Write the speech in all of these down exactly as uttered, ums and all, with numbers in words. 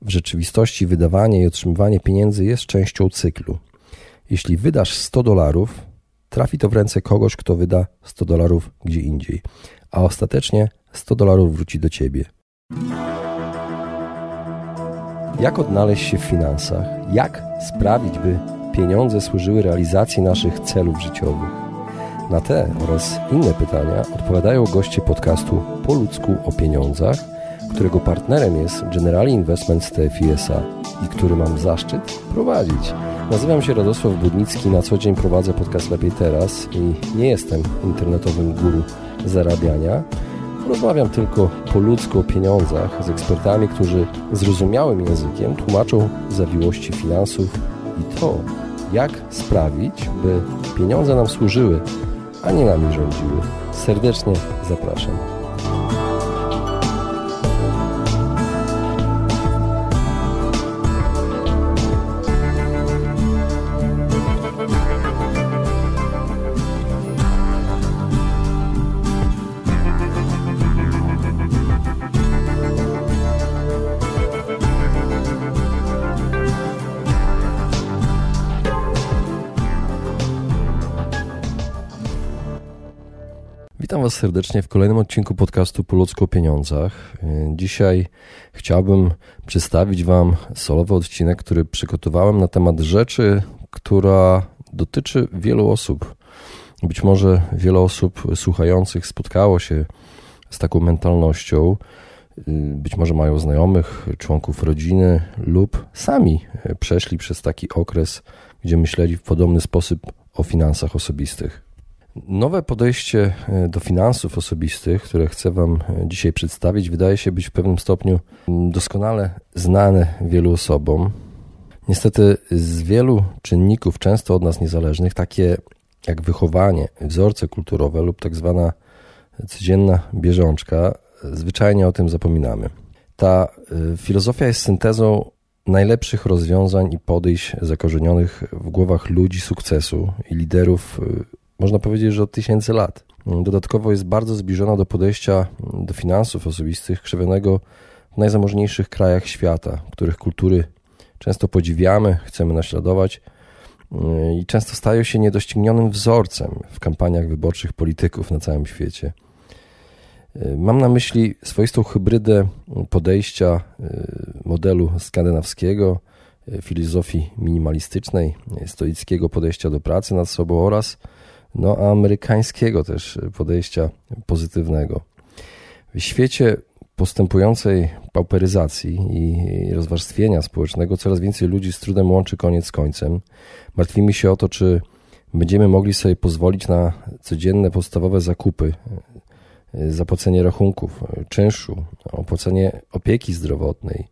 w rzeczywistości wydawanie i otrzymywanie pieniędzy jest częścią cyklu. Jeśli wydasz sto dolarów, trafi to w ręce kogoś, kto wyda sto dolarów gdzie indziej, a ostatecznie sto dolarów wróci do ciebie. Jak odnaleźć się w finansach? Jak sprawić, by pieniądze służyły realizacji naszych celów życiowych? Na te oraz inne pytania odpowiadają goście podcastu Po ludzku o pieniądzach, którego partnerem jest Generali Investments T F I S A i który mam zaszczyt prowadzić. Nazywam się Radosław Budnicki, na co dzień prowadzę podcast Lepiej Teraz i nie jestem internetowym guru zarabiania. Rozmawiam tylko po ludzku o pieniądzach z ekspertami, którzy zrozumiałym językiem tłumaczą zawiłości finansów i to, jak sprawić, by pieniądze nam służyły, a nie nami rządziły. Serdecznie zapraszam. Witam Was serdecznie w kolejnym odcinku podcastu Po ludzku o pieniądzach. Dzisiaj chciałbym przedstawić Wam solowy odcinek, który przygotowałem na temat rzeczy, która dotyczy wielu osób. Być może wiele osób słuchających spotkało się z taką mentalnością. Być może mają znajomych, członków rodziny lub sami przeszli przez taki okres, gdzie myśleli w podobny sposób o finansach osobistych. Nowe podejście do finansów osobistych, które chcę Wam dzisiaj przedstawić, wydaje się być w pewnym stopniu doskonale znane wielu osobom. Niestety z wielu czynników często od nas niezależnych, takie jak wychowanie, wzorce kulturowe lub tak zwana codzienna bieżączka, zwyczajnie o tym zapominamy. Ta filozofia jest syntezą najlepszych rozwiązań i podejść zakorzenionych w głowach ludzi sukcesu i liderów, można powiedzieć, że od tysięcy lat. Dodatkowo jest bardzo zbliżona do podejścia do finansów osobistych krzewionego w najzamożniejszych krajach świata, których kultury często podziwiamy, chcemy naśladować i często stają się niedoścignionym wzorcem w kampaniach wyborczych polityków na całym świecie. Mam na myśli swoistą hybrydę podejścia modelu skandynawskiego, filozofii minimalistycznej, stoickiego podejścia do pracy nad sobą oraz no, amerykańskiego też podejścia pozytywnego. W świecie postępującej pauperyzacji i rozwarstwienia społecznego coraz więcej ludzi z trudem łączy koniec z końcem. Martwimy się o to, czy będziemy mogli sobie pozwolić na codzienne podstawowe zakupy, zapłacenie rachunków, czynszu, opłacenie opieki zdrowotnej.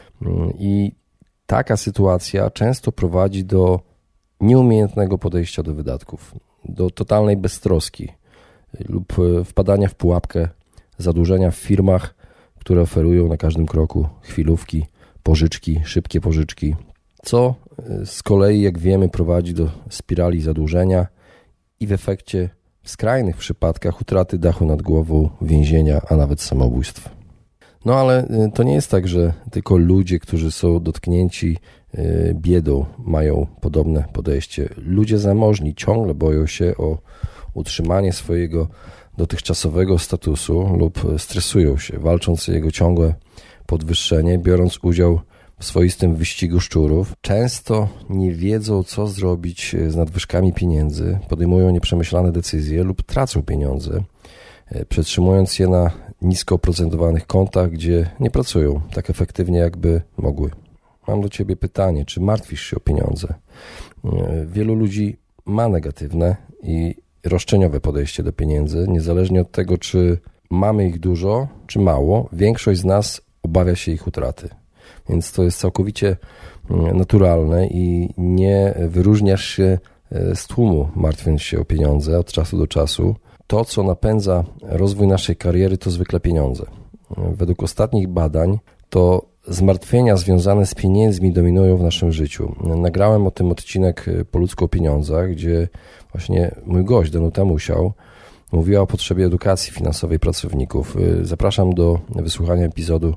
I taka sytuacja często prowadzi do nieumiejętnego podejścia do wydatków, do totalnej beztroski lub wpadania w pułapkę zadłużenia w firmach, które oferują na każdym kroku chwilówki, pożyczki, szybkie pożyczki, co z kolei, jak wiemy, prowadzi do spirali zadłużenia i w efekcie w skrajnych przypadkach utraty dachu nad głową, więzienia, a nawet samobójstw. No ale to nie jest tak, że tylko ludzie, którzy są dotknięci biedą, mają podobne podejście. Ludzie zamożni ciągle boją się o utrzymanie swojego dotychczasowego statusu lub stresują się, walcząc o jego ciągłe podwyższenie, biorąc udział w swoistym wyścigu szczurów. Często nie wiedzą, co zrobić z nadwyżkami pieniędzy, podejmują nieprzemyślane decyzje lub tracą pieniądze, przetrzymując je na nisko oprocentowanych kontach, gdzie nie pracują tak efektywnie, jakby mogły. Mam do Ciebie pytanie, czy martwisz się o pieniądze? Wielu ludzi ma negatywne i roszczeniowe podejście do pieniędzy, niezależnie od tego, czy mamy ich dużo, czy mało. Większość z nas obawia się ich utraty, więc to jest całkowicie naturalne i nie wyróżniasz się z tłumu, martwiąc się o pieniądze od czasu do czasu. To, co napędza rozwój naszej kariery, to zwykle pieniądze. Według ostatnich badań to zmartwienia związane z pieniędzmi dominują w naszym życiu. Nagrałem o tym odcinek Po ludzku o pieniądzach, gdzie właśnie mój gość, Danuta Musiał, mówiła o potrzebie edukacji finansowej pracowników. Zapraszam do wysłuchania epizodu,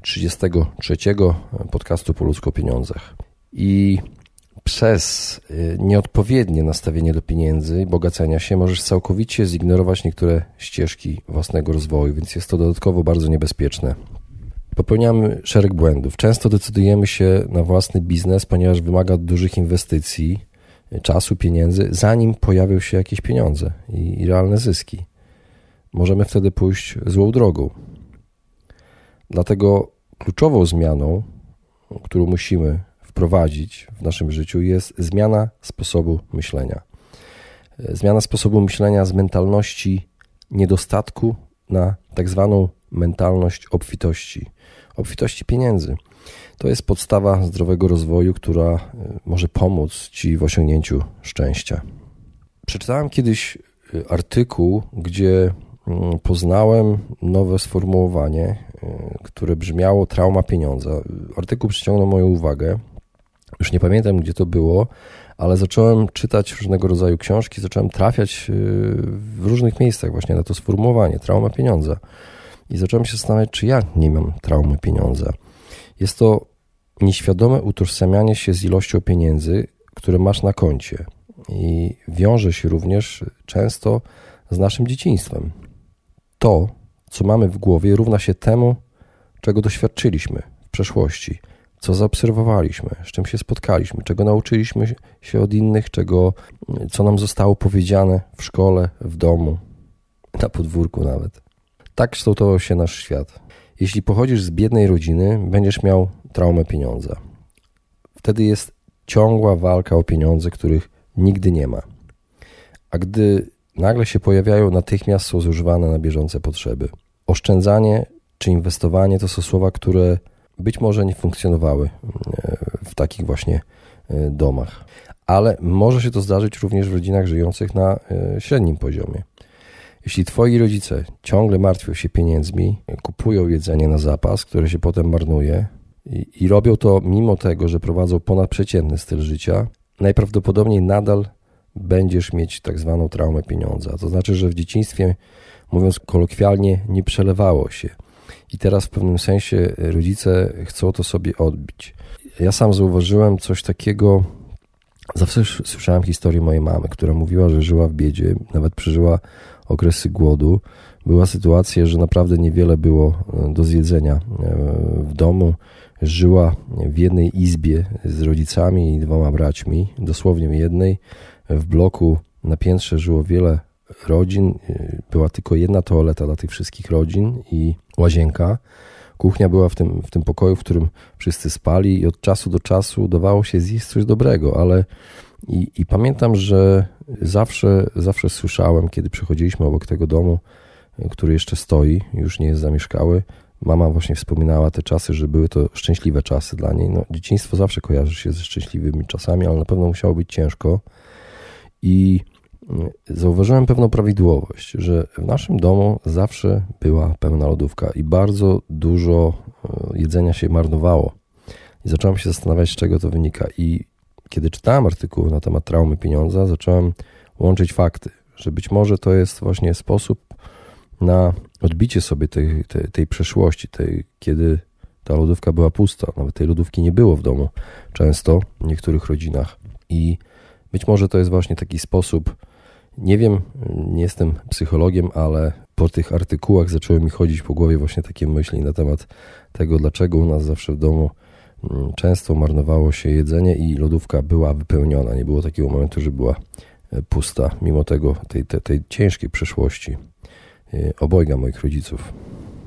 trzydziestego trzeciego podcastu Po ludzku o pieniądzach. I przez nieodpowiednie nastawienie do pieniędzy i bogacenia się możesz całkowicie zignorować niektóre ścieżki własnego rozwoju, więc jest to dodatkowo bardzo niebezpieczne. Popełniamy szereg błędów. Często decydujemy się na własny biznes, ponieważ wymaga dużych inwestycji, czasu, pieniędzy, zanim pojawią się jakieś pieniądze i, i realne zyski. Możemy wtedy pójść złą drogą. Dlatego kluczową zmianą, którą musimy wprowadzić w naszym życiu, jest zmiana sposobu myślenia. Zmiana sposobu myślenia z mentalności niedostatku na tak zwaną mentalność obfitości. Obfitości pieniędzy. To jest podstawa zdrowego rozwoju, która może pomóc Ci w osiągnięciu szczęścia. Przeczytałem kiedyś artykuł, gdzie poznałem nowe sformułowanie, które brzmiało trauma pieniądza. Artykuł przyciągnął moją uwagę. Już nie pamiętam, gdzie to było, ale zacząłem czytać różnego rodzaju książki, zacząłem trafiać w różnych miejscach właśnie na to sformułowanie, trauma pieniądza. I zacząłem się zastanawiać, czy ja nie mam traumy pieniądza. Jest to nieświadome utożsamianie się z ilością pieniędzy, które masz na koncie. I wiąże się również często z naszym dzieciństwem. To, co mamy w głowie, równa się temu, czego doświadczyliśmy w przeszłości, co zaobserwowaliśmy, z czym się spotkaliśmy, czego nauczyliśmy się od innych, czego, co nam zostało powiedziane w szkole, w domu, na podwórku nawet. Tak kształtował się nasz świat. Jeśli pochodzisz z biednej rodziny, będziesz miał traumę pieniądza. Wtedy jest ciągła walka o pieniądze, których nigdy nie ma. A gdy nagle się pojawiają, natychmiast są zużywane na bieżące potrzeby. Oszczędzanie czy inwestowanie to są słowa, które być może nie funkcjonowały w takich właśnie domach. Ale może się to zdarzyć również w rodzinach żyjących na średnim poziomie. Jeśli twoi rodzice ciągle martwią się pieniędzmi, kupują jedzenie na zapas, które się potem marnuje i, i robią to mimo tego, że prowadzą ponadprzeciętny styl życia, najprawdopodobniej nadal będziesz mieć tak zwaną traumę pieniądza. To znaczy, że w dzieciństwie, mówiąc kolokwialnie, nie przelewało się. I teraz w pewnym sensie rodzice chcą to sobie odbić. Ja sam zauważyłem coś takiego, zawsze słyszałem historię mojej mamy, która mówiła, że żyła w biedzie, nawet przeżyła okresy głodu. Była sytuacja, że naprawdę niewiele było do zjedzenia w domu. Żyła w jednej izbie z rodzicami i dwoma braćmi, dosłownie w jednej. W bloku na piętrze żyło wiele rodzin. Była tylko jedna toaleta dla tych wszystkich rodzin i łazienka. Kuchnia była w tym, w tym pokoju, w którym wszyscy spali i od czasu do czasu udawało się zjeść coś dobrego, ale i, i pamiętam, że zawsze, zawsze słyszałem, kiedy przechodziliśmy obok tego domu, który jeszcze stoi, już nie jest zamieszkały, mama właśnie wspominała te czasy, że były to szczęśliwe czasy dla niej. No, dzieciństwo zawsze kojarzy się ze szczęśliwymi czasami, ale na pewno musiało być ciężko i zauważyłem pewną prawidłowość, że w naszym domu zawsze była pełna lodówka i bardzo dużo jedzenia się marnowało. I zacząłem się zastanawiać, z czego to wynika. I kiedy czytałem artykuł na temat traumy pieniądza, zacząłem łączyć fakty, że być może to jest właśnie sposób na odbicie sobie tej, tej, tej przeszłości, tej, kiedy ta lodówka była pusta. Nawet tej lodówki nie było w domu często w niektórych rodzinach. I być może to jest właśnie taki sposób. Nie wiem, nie jestem psychologiem, ale po tych artykułach zaczęły mi chodzić po głowie właśnie takie myśli na temat tego, dlaczego u nas zawsze w domu często marnowało się jedzenie i lodówka była wypełniona. Nie było takiego momentu, że była pusta, mimo tego tej, tej, tej ciężkiej przeszłości obojga moich rodziców.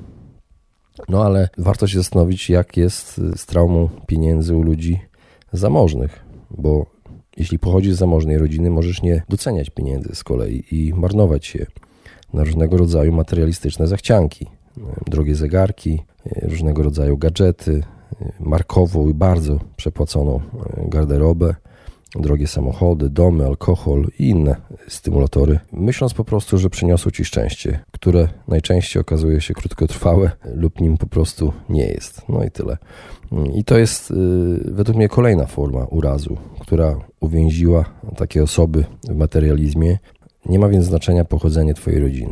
No ale warto się zastanowić, jak jest z traumą pieniędzy u ludzi zamożnych, bo jeśli pochodzisz z zamożnej rodziny, możesz nie doceniać pieniędzy z kolei i marnować je na różnego rodzaju materialistyczne zachcianki. Drogie zegarki, różnego rodzaju gadżety, markową i bardzo przepłaconą garderobę, drogie samochody, domy, alkohol i inne stymulatory, myśląc po prostu, że przyniosą ci szczęście, które najczęściej okazuje się krótkotrwałe lub nim po prostu nie jest. No i tyle. I to jest yy, według mnie kolejna forma urazu, która uwięziła takie osoby w materializmie. Nie ma więc znaczenia pochodzenie twojej rodziny.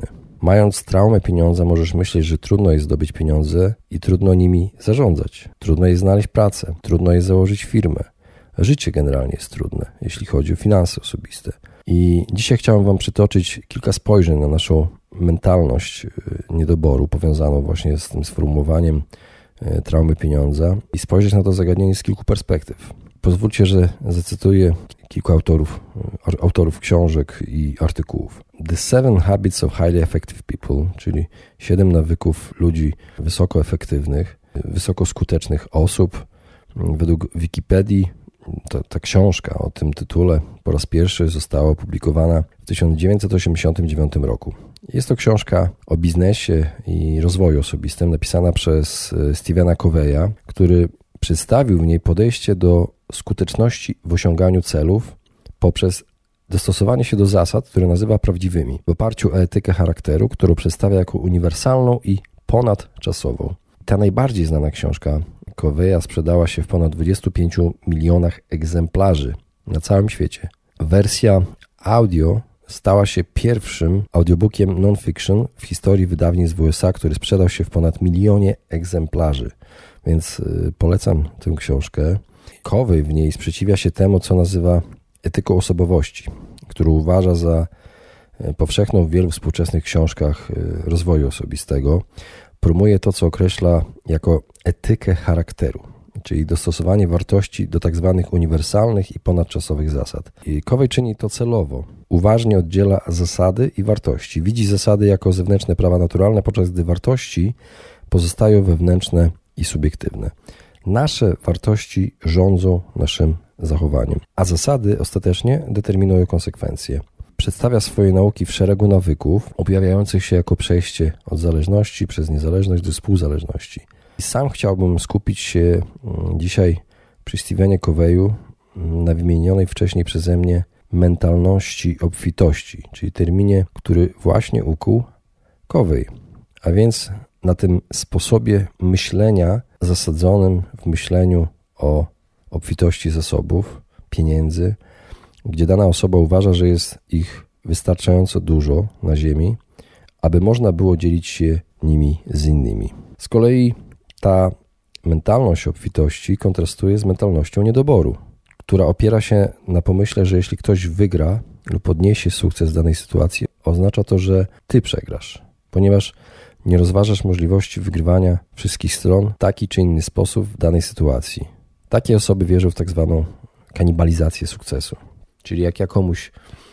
Mając traumę pieniądza, możesz myśleć, że trudno jest zdobyć pieniądze i trudno nimi zarządzać. Trudno jest znaleźć pracę, trudno jest założyć firmę. Życie generalnie jest trudne, jeśli chodzi o finanse osobiste. I dzisiaj chciałem Wam przytoczyć kilka spojrzeń na naszą mentalność niedoboru, powiązaną właśnie z tym sformułowaniem traumy pieniądza i spojrzeć na to zagadnienie z kilku perspektyw. Pozwólcie, że zacytuję kilku autorów, autorów książek i artykułów. The Seven Habits of Highly Effective People, czyli siedem nawyków ludzi wysoko efektywnych, wysoko skutecznych osób. Według Wikipedii ta, ta książka o tym tytule po raz pierwszy została opublikowana w tysiąc dziewięćset osiemdziesiątym dziewiątym roku. Jest to książka o biznesie i rozwoju osobistym, napisana przez Stephena Coveya, który przedstawił w niej podejście do skuteczności w osiąganiu celów poprzez dostosowanie się do zasad, które nazywa prawdziwymi, w oparciu o etykę charakteru, którą przedstawia jako uniwersalną i ponadczasową. Ta najbardziej znana książka Coveya sprzedała się w ponad dwudziestu pięciu milionach egzemplarzy na całym świecie. Wersja audio stała się pierwszym audiobookiem non-fiction w historii wydawnictw w U S A, który sprzedał się w ponad milionie egzemplarzy. Więc polecam tę książkę. Covey w niej sprzeciwia się temu, co nazywa etyką osobowości, którą uważa za powszechną w wielu współczesnych książkach rozwoju osobistego. Promuje to, co określa jako etykę charakteru, czyli dostosowanie wartości do tak zwanych uniwersalnych i ponadczasowych zasad. I Covey czyni to celowo. Uważnie oddziela zasady i wartości. Widzi zasady jako zewnętrzne prawa naturalne, podczas gdy wartości pozostają wewnętrzne i subiektywne. Nasze wartości rządzą naszym zachowaniem, a zasady ostatecznie determinują konsekwencje. Przedstawia swoje nauki w szeregu nawyków, objawiających się jako przejście od zależności przez niezależność do współzależności. I sam chciałbym skupić się dzisiaj przy Stephenie Coveyu na wymienionej wcześniej przeze mnie mentalności obfitości, czyli terminie, który właśnie ukuł Covey, a więc na tym sposobie myślenia zasadzonym w myśleniu o obfitości zasobów, pieniędzy, gdzie dana osoba uważa, że jest ich wystarczająco dużo na ziemi, aby można było dzielić się nimi z innymi. Z kolei ta mentalność obfitości kontrastuje z mentalnością niedoboru, która opiera się na pomyśle, że jeśli ktoś wygra lub odniesie sukces w danej sytuacji, oznacza to, że ty przegrasz, ponieważ nie rozważasz możliwości wygrywania wszystkich stron w taki czy inny sposób w danej sytuacji. Takie osoby wierzą w tak zwaną kanibalizację sukcesu. Czyli jak ja komuś,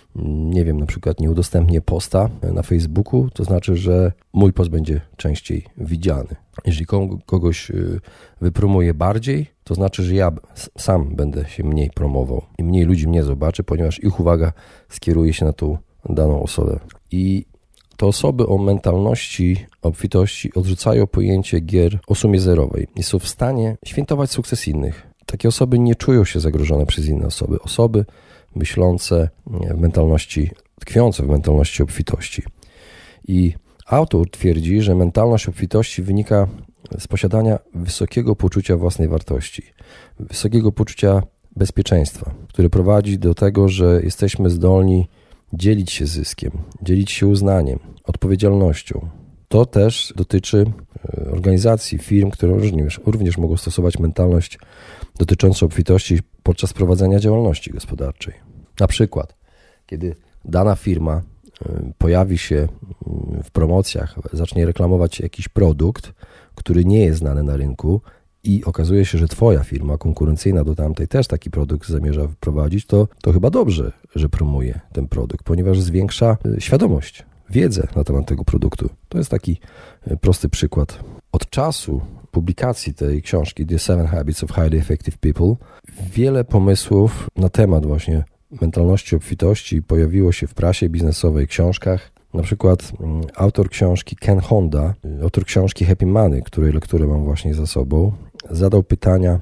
nie wiem, na przykład nie udostępnię posta na Facebooku, to znaczy, że mój post będzie częściej widziany. Jeżeli kogoś wypromuję bardziej, to znaczy, że ja sam będę się mniej promował i mniej ludzi mnie zobaczy, ponieważ ich uwaga skieruje się na tą daną osobę. I te osoby o mentalności obfitości odrzucają pojęcie gier o sumie zerowej i są w stanie świętować sukces innych. Takie osoby nie czują się zagrożone przez inne osoby. Osoby myślące w mentalności, tkwiące w mentalności obfitości. I autor twierdzi, że mentalność obfitości wynika z posiadania wysokiego poczucia własnej wartości, wysokiego poczucia bezpieczeństwa, które prowadzi do tego, że jesteśmy zdolni dzielić się zyskiem, dzielić się uznaniem, odpowiedzialnością. To też dotyczy organizacji, firm, które również, również mogą stosować mentalność dotyczącą obfitości podczas prowadzenia działalności gospodarczej. Na przykład, kiedy dana firma pojawi się w promocjach, zacznie reklamować jakiś produkt, który nie jest znany na rynku i okazuje się, że twoja firma konkurencyjna do tamtej też taki produkt zamierza wprowadzić, to, to chyba dobrze, że promuje ten produkt, ponieważ zwiększa świadomość, wiedzę na temat tego produktu. To jest taki prosty przykład. Od czasu publikacji tej książki The Seven Habits of Highly Effective People wiele pomysłów na temat właśnie mentalności obfitości pojawiło się w prasie biznesowej, książkach. Na przykład autor książki Ken Honda, autor książki Happy Money, której lekturę mam właśnie za sobą, zadał pytania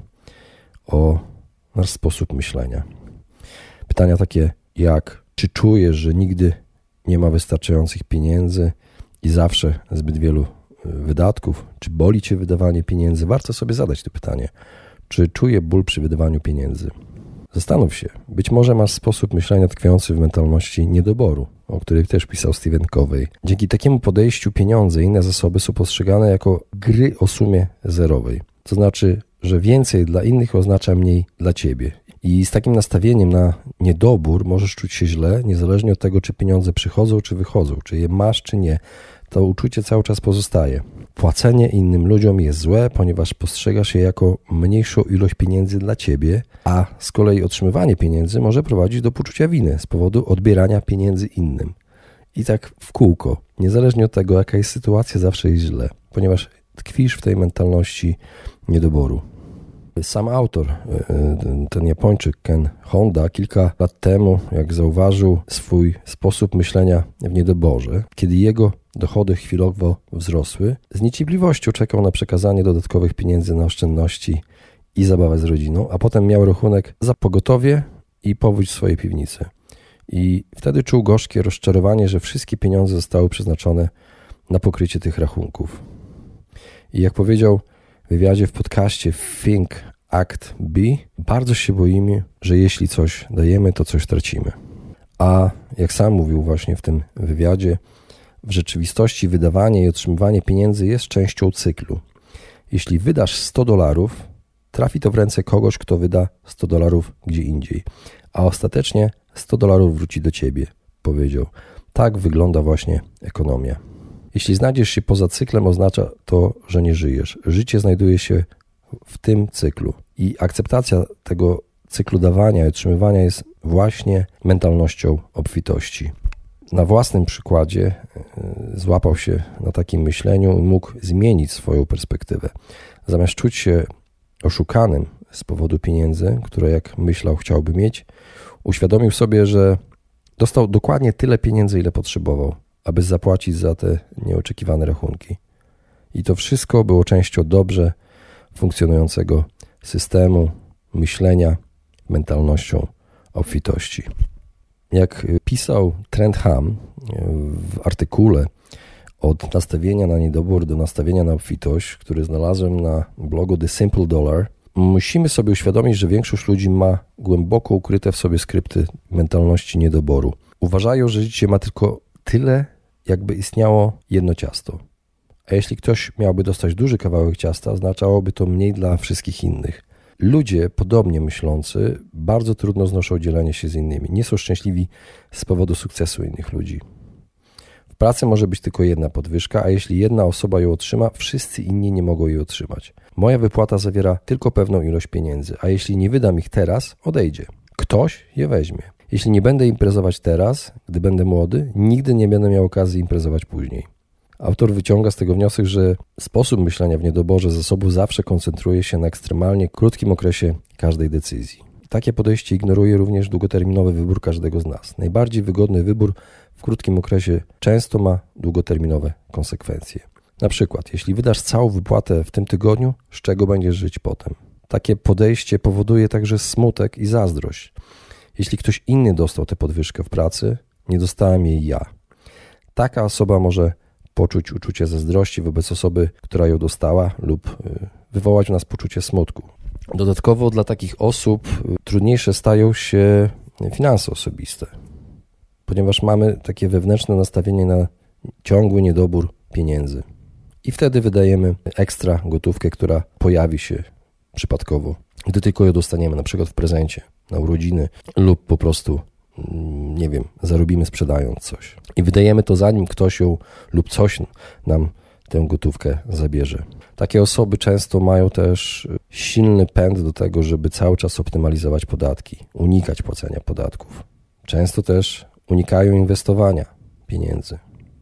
o nasz sposób myślenia. Pytania takie jak, czy czujesz, że nigdy nie ma wystarczających pieniędzy i zawsze zbyt wielu wydatków? Czy boli cię wydawanie pieniędzy? Warto sobie zadać to pytanie. Czy czuję ból przy wydawaniu pieniędzy? Zastanów się. Być może masz sposób myślenia tkwiący w mentalności niedoboru. o której też pisał Stephen Covey. Dzięki takiemu podejściu pieniądze i inne zasoby są postrzegane jako gry o sumie zerowej. To znaczy, że więcej dla innych oznacza mniej dla ciebie. I z takim nastawieniem na niedobór możesz czuć się źle, niezależnie od tego, czy pieniądze przychodzą, czy wychodzą, czy je masz, czy nie. To uczucie cały czas pozostaje. Płacenie innym ludziom jest złe, ponieważ postrzegasz je jako mniejszą ilość pieniędzy dla ciebie, a z kolei otrzymywanie pieniędzy może prowadzić do poczucia winy z powodu odbierania pieniędzy innym. I tak w kółko, niezależnie od tego, jaka jest sytuacja, zawsze jest źle, ponieważ tkwisz w tej mentalności niedoboru. Sam autor, ten Japończyk Ken Honda, kilka lat temu, jak zauważył swój sposób myślenia w niedoborze, kiedy jego dochody chwilowo wzrosły, z niecierpliwością czekał na przekazanie dodatkowych pieniędzy na oszczędności i zabawę z rodziną, a potem miał rachunek za pogotowie i powódź w swojej piwnicy. I wtedy czuł gorzkie rozczarowanie, że wszystkie pieniądze zostały przeznaczone na pokrycie tych rachunków. I jak powiedział w wywiadzie w podcaście Think, Act, Be, bardzo się boimy, że jeśli coś dajemy, to coś tracimy. A jak sam mówił właśnie w tym wywiadzie, w rzeczywistości wydawanie i otrzymywanie pieniędzy jest częścią cyklu. Jeśli wydasz sto dolarów, trafi to w ręce kogoś, kto wyda sto dolarów gdzie indziej, a ostatecznie sto dolarów wróci do ciebie, powiedział. Tak wygląda właśnie ekonomia. Jeśli znajdziesz się poza cyklem, oznacza to, że nie żyjesz. Życie znajduje się w tym cyklu i akceptacja tego cyklu dawania i otrzymywania jest właśnie mentalnością obfitości. Na własnym przykładzie złapał się na takim myśleniu i mógł zmienić swoją perspektywę. Zamiast czuć się oszukanym z powodu pieniędzy, które jak myślał chciałby mieć, uświadomił sobie, że dostał dokładnie tyle pieniędzy, ile potrzebował, aby zapłacić za te nieoczekiwane rachunki. I to wszystko było częścią dobrze funkcjonującego systemu myślenia, mentalnością obfitości. Jak pisał Trent Ham w artykule od nastawienia na niedobór do nastawienia na obfitość, który znalazłem na blogu The Simple Dollar, musimy sobie uświadomić, że większość ludzi ma głęboko ukryte w sobie skrypty mentalności niedoboru. Uważają, że życie ma tylko tyle, jakby istniało jedno ciasto. A jeśli ktoś miałby dostać duży kawałek ciasta, oznaczałoby to mniej dla wszystkich innych. Ludzie podobnie myślący bardzo trudno znoszą dzielenie się z innymi. Nie są szczęśliwi z powodu sukcesu innych ludzi. W pracy może być tylko jedna podwyżka, a jeśli jedna osoba ją otrzyma, wszyscy inni nie mogą jej otrzymać. Moja wypłata zawiera tylko pewną ilość pieniędzy, a jeśli nie wydam ich teraz, odejdzie. Ktoś je weźmie. Jeśli nie będę imprezować teraz, gdy będę młody, nigdy nie będę miał okazji imprezować później. Autor wyciąga z tego wniosek, że sposób myślenia w niedoborze zasobów zawsze koncentruje się na ekstremalnie krótkim okresie każdej decyzji. Takie podejście ignoruje również długoterminowy wybór każdego z nas. Najbardziej wygodny wybór w krótkim okresie często ma długoterminowe konsekwencje. Na przykład, jeśli wydasz całą wypłatę w tym tygodniu, z czego będziesz żyć potem? Takie podejście powoduje także smutek i zazdrość. Jeśli ktoś inny dostał tę podwyżkę w pracy, nie dostałem jej ja. Taka osoba może poczuć uczucie zazdrości wobec osoby, która ją dostała lub wywołać w nas poczucie smutku. Dodatkowo dla takich osób trudniejsze stają się finanse osobiste, ponieważ mamy takie wewnętrzne nastawienie na ciągły niedobór pieniędzy. I wtedy wydajemy ekstra gotówkę, która pojawi się przypadkowo, gdy tylko ją dostaniemy, na przykład w prezencie, na urodziny lub po prostu, nie wiem, zarobimy sprzedając coś. I wydajemy to zanim ktoś ją lub coś nam tę gotówkę zabierze. Takie osoby często mają też silny pęd do tego, żeby cały czas optymalizować podatki, unikać płacenia podatków. Często też unikają inwestowania pieniędzy.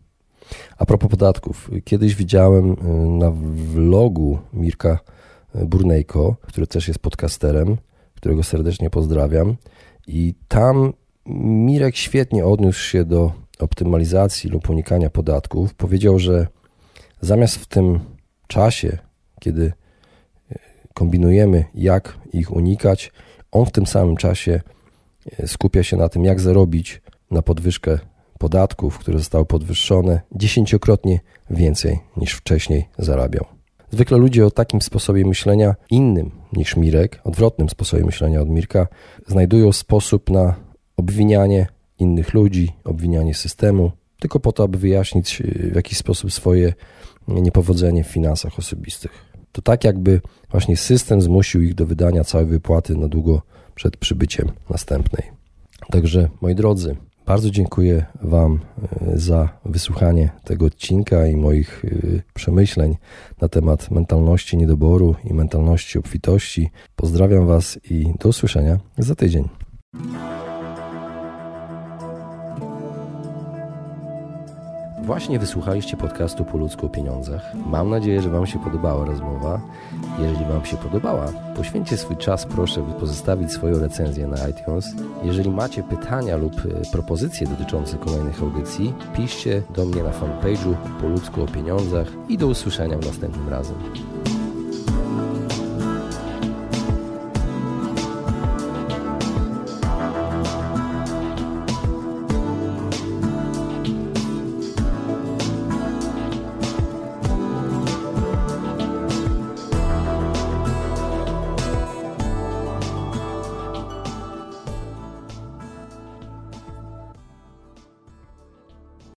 A propos podatków, kiedyś widziałem na vlogu Mirka Burnejko, który też jest podcasterem, którego serdecznie pozdrawiam, i tam Mirek świetnie odniósł się do optymalizacji lub unikania podatków. Powiedział, że zamiast w tym czasie, kiedy kombinujemy, jak ich unikać, on w tym samym czasie skupia się na tym, jak zarobić na podwyżkę podatków, które zostały podwyższone, dziesięciokrotnie więcej niż wcześniej zarabiał. Zwykle ludzie o takim sposobie myślenia, innym niż Mirek, odwrotnym sposobie myślenia od Mirka, znajdują sposób na obwinianie innych ludzi, obwinianie systemu, tylko po to, aby wyjaśnić w jakiś sposób swoje niepowodzenie w finansach osobistych. To tak jakby właśnie system zmusił ich do wydania całej wypłaty na długo przed przybyciem następnej. Także moi drodzy, bardzo dziękuję Wam za wysłuchanie tego odcinka i moich przemyśleń na temat mentalności niedoboru i mentalności obfitości. Pozdrawiam Was i do usłyszenia za tydzień. Właśnie wysłuchaliście podcastu Po ludzku o pieniądzach. Mam nadzieję, że Wam się podobała rozmowa. Jeżeli Wam się podobała, poświęćcie swój czas, proszę, by pozostawić swoją recenzję na iTunes. Jeżeli macie pytania lub propozycje dotyczące kolejnych audycji, piszcie do mnie na fanpage'u Po ludzku o pieniądzach i do usłyszenia w następnym razem.